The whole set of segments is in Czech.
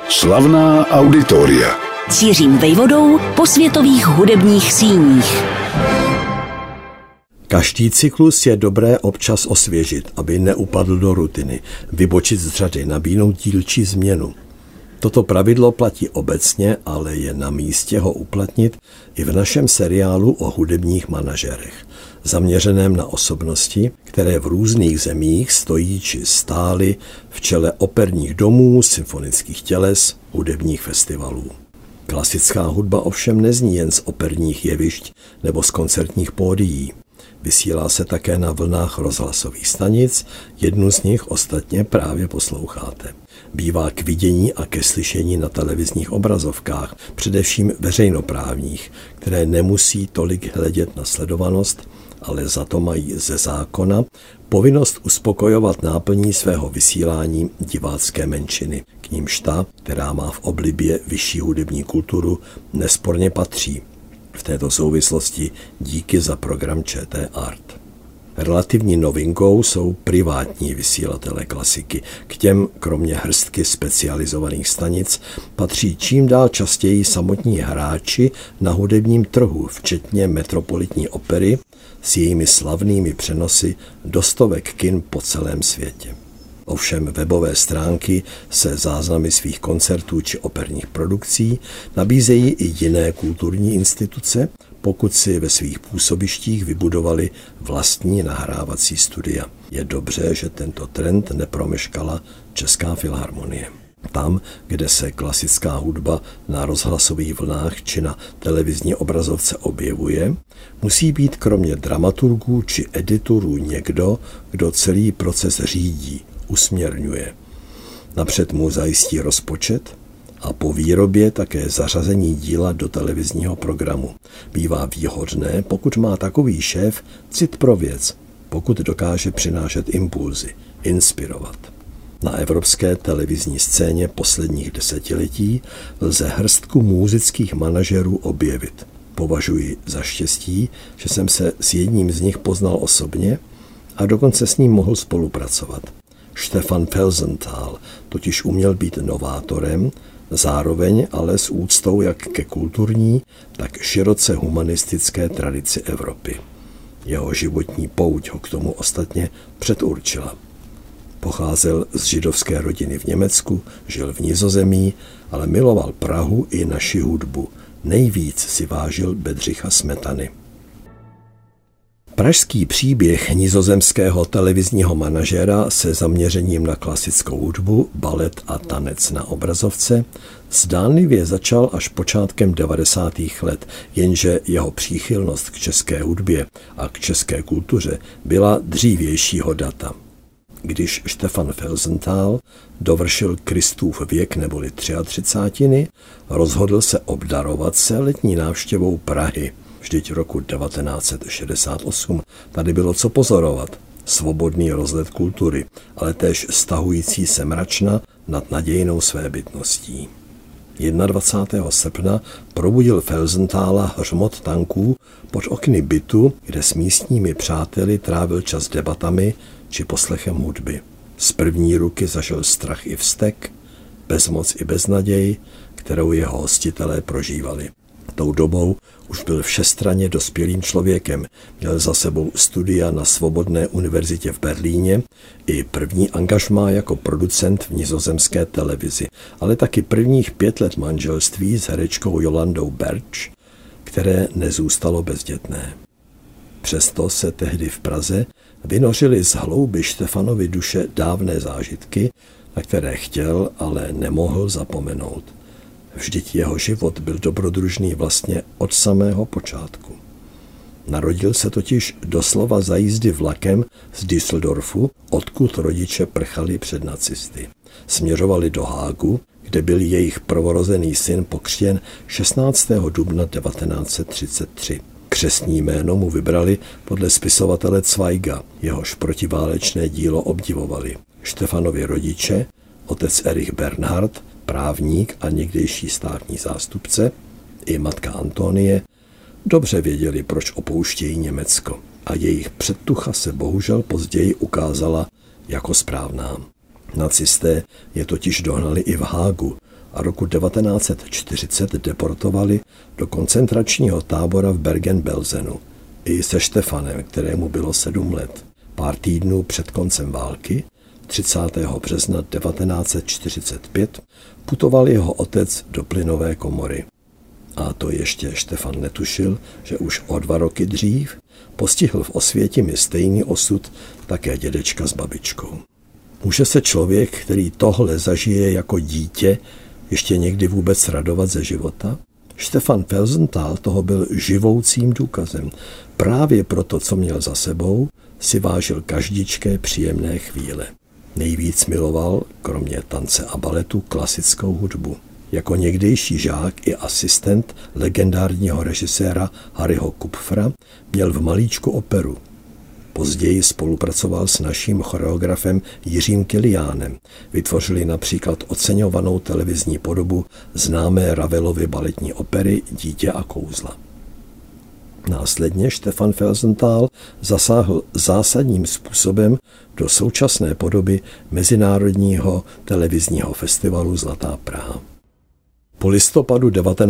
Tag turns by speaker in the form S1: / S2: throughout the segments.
S1: Slavná auditoria.
S2: Cířím vejvodou po světových hudebních síních.
S3: Každý cyklus je dobré občas osvěžit, aby neupadl do rutiny, vybočit z řady, nabídnout dílčí změnu. Toto pravidlo platí obecně, ale je na místě ho uplatnit i v našem seriálu o hudebních manažerech, zaměřeném na osobnosti, které v různých zemích stojí či stály v čele operních domů, symfonických těles, hudebních festivalů. Klasická hudba ovšem nezní jen z operních jevišť nebo z koncertních pódií. Vysílá se také na vlnách rozhlasových stanic, jednu z nich ostatně právě posloucháte. Bývá k vidění a ke slyšení na televizních obrazovkách, především veřejnoprávních, které nemusí tolik hledět na sledovanost, ale za to mají ze zákona povinnost uspokojovat náplní svého vysílání divácké menšiny, k nímž ta, která má v oblibě vyšší hudební kulturu, nesporně patří. V této souvislosti díky za program ČT Art. Relativní novinkou jsou privátní vysílatele klasiky. K těm, kromě hrstky specializovaných stanic, patří čím dál častěji samotní hráči na hudebním trhu, včetně Metropolitní opery s jejími slavnými přenosy do stovek kin po celém světě. Ovšem webové stránky se záznamy svých koncertů či operních produkcí nabízejí i jiné kulturní instituce, pokud si ve svých působištích vybudovali vlastní nahrávací studia. Je dobře, že tento trend nepromeškala Česká filharmonie. Tam, kde se klasická hudba na rozhlasových vlnách či na televizní obrazovce objevuje, musí být kromě dramaturgů či editorů někdo, kdo celý proces řídí, usměrňuje. Napřed mu zajistí rozpočet a po výrobě také zařazení díla do televizního programu. Bývá výhodné, pokud má takový šéf cit pro věc, pokud dokáže přinášet impulzy, inspirovat. Na evropské televizní scéně posledních desetiletí lze hrstku múzických manažerů objevit. Považuji za štěstí, že jsem se s jedním z nich poznal osobně a dokonce s ním mohl spolupracovat. Stefan Felsenthal totiž uměl být novátorem, zároveň ale s úctou jak ke kulturní, tak široce humanistické tradici Evropy. Jeho životní pouť ho k tomu ostatně předurčila. Pocházel z židovské rodiny v Německu, žil v Nizozemí, ale miloval Prahu i naši hudbu. Nejvíc si vážil Bedřicha Smetany. Pražský příběh nizozemského televizního manažera se zaměřením na klasickou hudbu, balet a tanec na obrazovce zdánlivě začal až počátkem 90. let, jenže jeho příchylnost k české hudbě a k české kultuře byla dřívějšího data. Když Stefan Felsenthal dovršil Kristův věk neboli 33, rozhodl se obdarovat se letní návštěvou Prahy. Vždyť roku 1968 tady bylo co pozorovat. Svobodný rozlet kultury, ale též stahující se mračna nad nadějnou svébytností. 21. srpna probudil Felsenthala hřmot tanků pod okny bytu, kde s místními přáteli trávil čas debatami či poslechem hudby. Z první ruky zažil strach i vztek, bezmoc i beznaděj, kterou jeho hostitelé prožívali. Tou dobou už byl všestranně dospělým člověkem, měl za sebou studia na Svobodné univerzitě v Berlíně i první angažmá jako producent v nizozemské televizi, ale taky prvních 5 let manželství s herečkou Jolandou Berč, které nezůstalo bezdětné. Přesto se tehdy v Praze vynořily z hlouby Štefanovy duše dávné zážitky, na které chtěl, ale nemohl zapomenout. Vždyť jeho život byl dobrodružný vlastně od samého počátku. Narodil se totiž doslova za jízdy vlakem z Düsseldorfu, odkud rodiče prchali před nacisty. Směřovali do Hágu, kde byl jejich prvorozený syn pokřtěn 16. dubna 1933. Křestní jméno mu vybrali podle spisovatele Zweiga, jehož protiválečné dílo obdivovali. Štefanovi rodiče, otec Erich Bernhard, právník a někdejší státní zástupce, i matka Antonie, dobře věděli, proč opouštějí Německo a jejich předtucha se bohužel později ukázala jako správná. Nacisté je totiž dohnali i v Hágu a roku 1940 deportovali do koncentračního tábora v Bergen-Belsenu. I se Štefanem, kterému bylo 7 let. Pár týdnů před koncem války, 30. března 1945, putoval jeho otec do plynové komory. A to ještě Štefan netušil, že už o 2 roky dřív postihl v Osvětimi stejný osud také dědečka s babičkou. Může se člověk, který tohle zažije jako dítě, ještě někdy vůbec radovat ze života? Štefan Felsenthal toho byl živoucím důkazem. Právě proto, co měl za sebou, si vážil každičké příjemné chvíle. Nejvíc miloval, kromě tance a baletu, klasickou hudbu. Jako někdejší žák i asistent legendárního režiséra Harryho Kupfra měl v malíčku operu. Později spolupracoval s naším choreografem Jiřím Kiliánem. Vytvořili například oceňovanou televizní podobu známé Ravelovy baletní opery Dítě a kouzla. Následně Štefan Felsenthal zasáhl zásadním způsobem do současné podoby Mezinárodního televizního festivalu Zlatá Praha. Po listopadu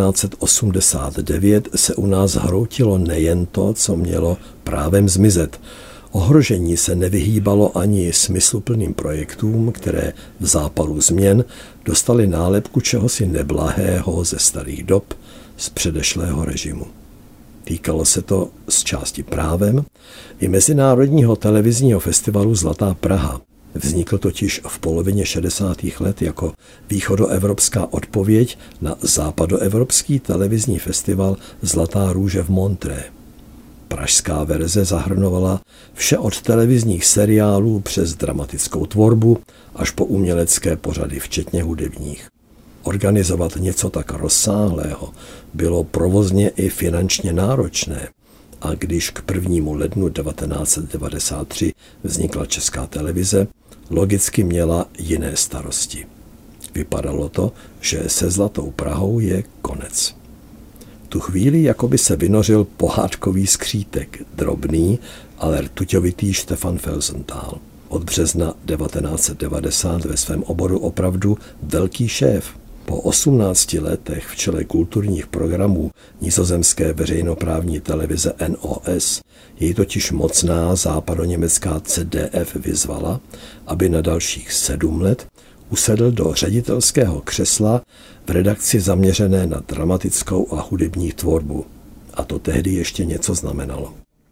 S3: 1989 se u nás hroutilo nejen to, co mělo právem zmizet. Ohrožení se nevyhýbalo ani smysluplným projektům, které v zápalu změn dostaly nálepku čehosi neblahého ze starých dob, z předešlého režimu. Týkalo se to z části právem i Mezinárodního televizního festivalu Zlatá Praha. Vznikl totiž v polovině 60. let jako východoevropská odpověď na západoevropský televizní festival Zlatá růže v Montré. Pražská verze zahrnovala vše od televizních seriálů přes dramatickou tvorbu až po umělecké pořady, včetně hudebních. Organizovat něco tak rozsáhlého bylo provozně i finančně náročné a když k 1. lednu 1993 vznikla Česká televize, logicky měla jiné starosti. Vypadalo to, že se Zlatou Prahou je konec. Tu chvíli jakoby se vynořil pohádkový skřítek, drobný, ale rtuťovitý Štefan Felsenthal. Od března 1990 ve svém oboru opravdu velký šéf. Po 18 letech v čele kulturních programů nizozemské veřejnoprávní televize NOS jej totiž mocná západoněmecká CDF vyzvala, aby na dalších 7 let usedl do ředitelského křesla v redakci zaměřené na dramatickou a hudební tvorbu. A to tehdy ještě něco znamenalo.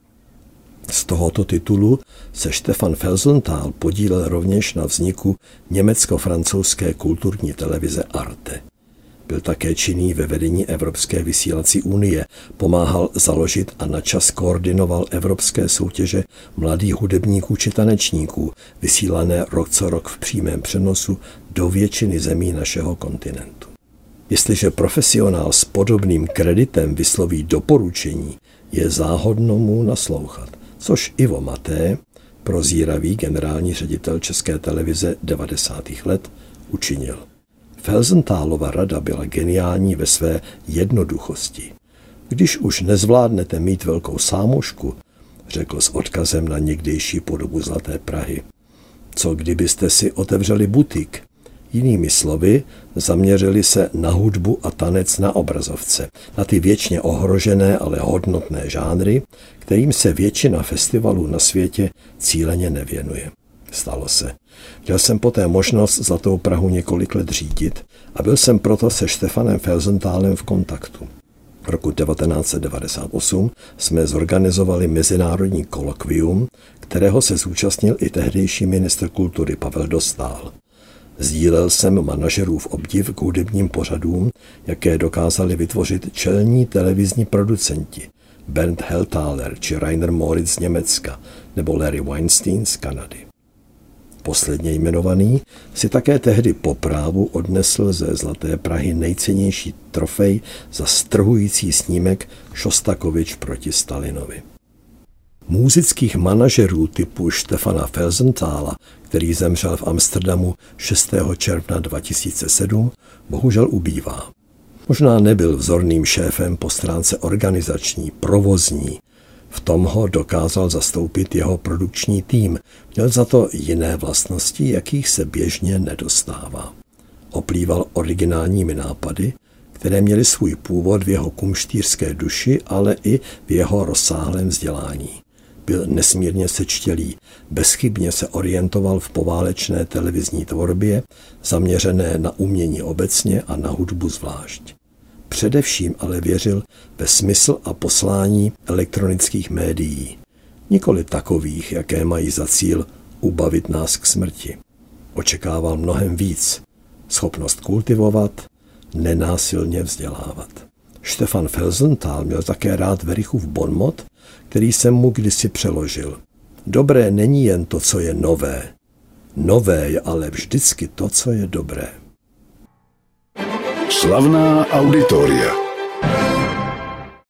S3: Z tohoto titulu se Štefan Felsenthal podílel rovněž na vzniku německo-francouzské kulturní televize Arte. Byl také činný ve vedení Evropské vysílací unie, pomáhal založit a načas koordinoval evropské soutěže mladých hudebníků či tanečníků, vysílané rok co rok v přímém přenosu do většiny zemí našeho kontinentu. Jestliže profesionál s podobným kreditem vysloví doporučení, je záhodno mu naslouchat, což Ivo Maté, prozíravý generální ředitel České televize 90. let, učinil. Felsenthalova rada byla geniální ve své jednoduchosti. Když už nezvládnete mít velkou sámošku, řekl s odkazem na někdejší podobu Zlaté Prahy, co kdybyste si otevřeli butik? Jinými slovy, zaměřili se na hudbu a tanec na obrazovce, na ty věčně ohrožené, ale hodnotné žánry, kterým se většina festivalů na světě cíleně nevěnuje. Stalo se. Měl jsem poté možnost Zlatou Prahu několik let řídit a byl jsem proto se Štefanem Felsenthalem v kontaktu. Roku 1998 jsme zorganizovali mezinárodní kolokvium, kterého se zúčastnil i tehdejší ministr kultury Pavel Dostál. Sdílel jsem manažerův obdiv k hudebním pořadům, jaké dokázali vytvořit čelní televizní producenti Bernd Hellthaler či Rainer Moritz z Německa nebo Larry Weinstein z Kanady. Posledně jmenovaný si také tehdy po právu odnesl ze Zlaté Prahy nejcennější trofej za strhující snímek Šostakovič proti Stalinovi. Múzických manažerů typu Štefana Felsenthala, který zemřel v Amsterdamu 6. června 2007, bohužel ubývá. Možná nebyl vzorným šéfem po stránce organizační, provozní. V tom ho dokázal zastoupit jeho produkční tým. Měl za to jiné vlastnosti, jakých se běžně nedostává. Oplýval originálními nápady, které měly svůj původ v jeho kumštýrské duši, ale i v jeho rozsáhlém vzdělání. Byl nesmírně sečtělý, bezchybně se orientoval v poválečné televizní tvorbě, zaměřené na umění obecně a na hudbu zvlášť. Především ale věřil ve smysl a poslání elektronických médií, nikoli takových, jaké mají za cíl ubavit nás k smrti. Očekával mnohem víc, schopnost kultivovat, nenásilně vzdělávat. Stefan Felsenthal měl také rád Werichův bonmot, který jsem mu kdysi přeložil. Dobré není jen to, co je nové. Nové je ale vždycky to, co je dobré.
S1: Slavná auditoria.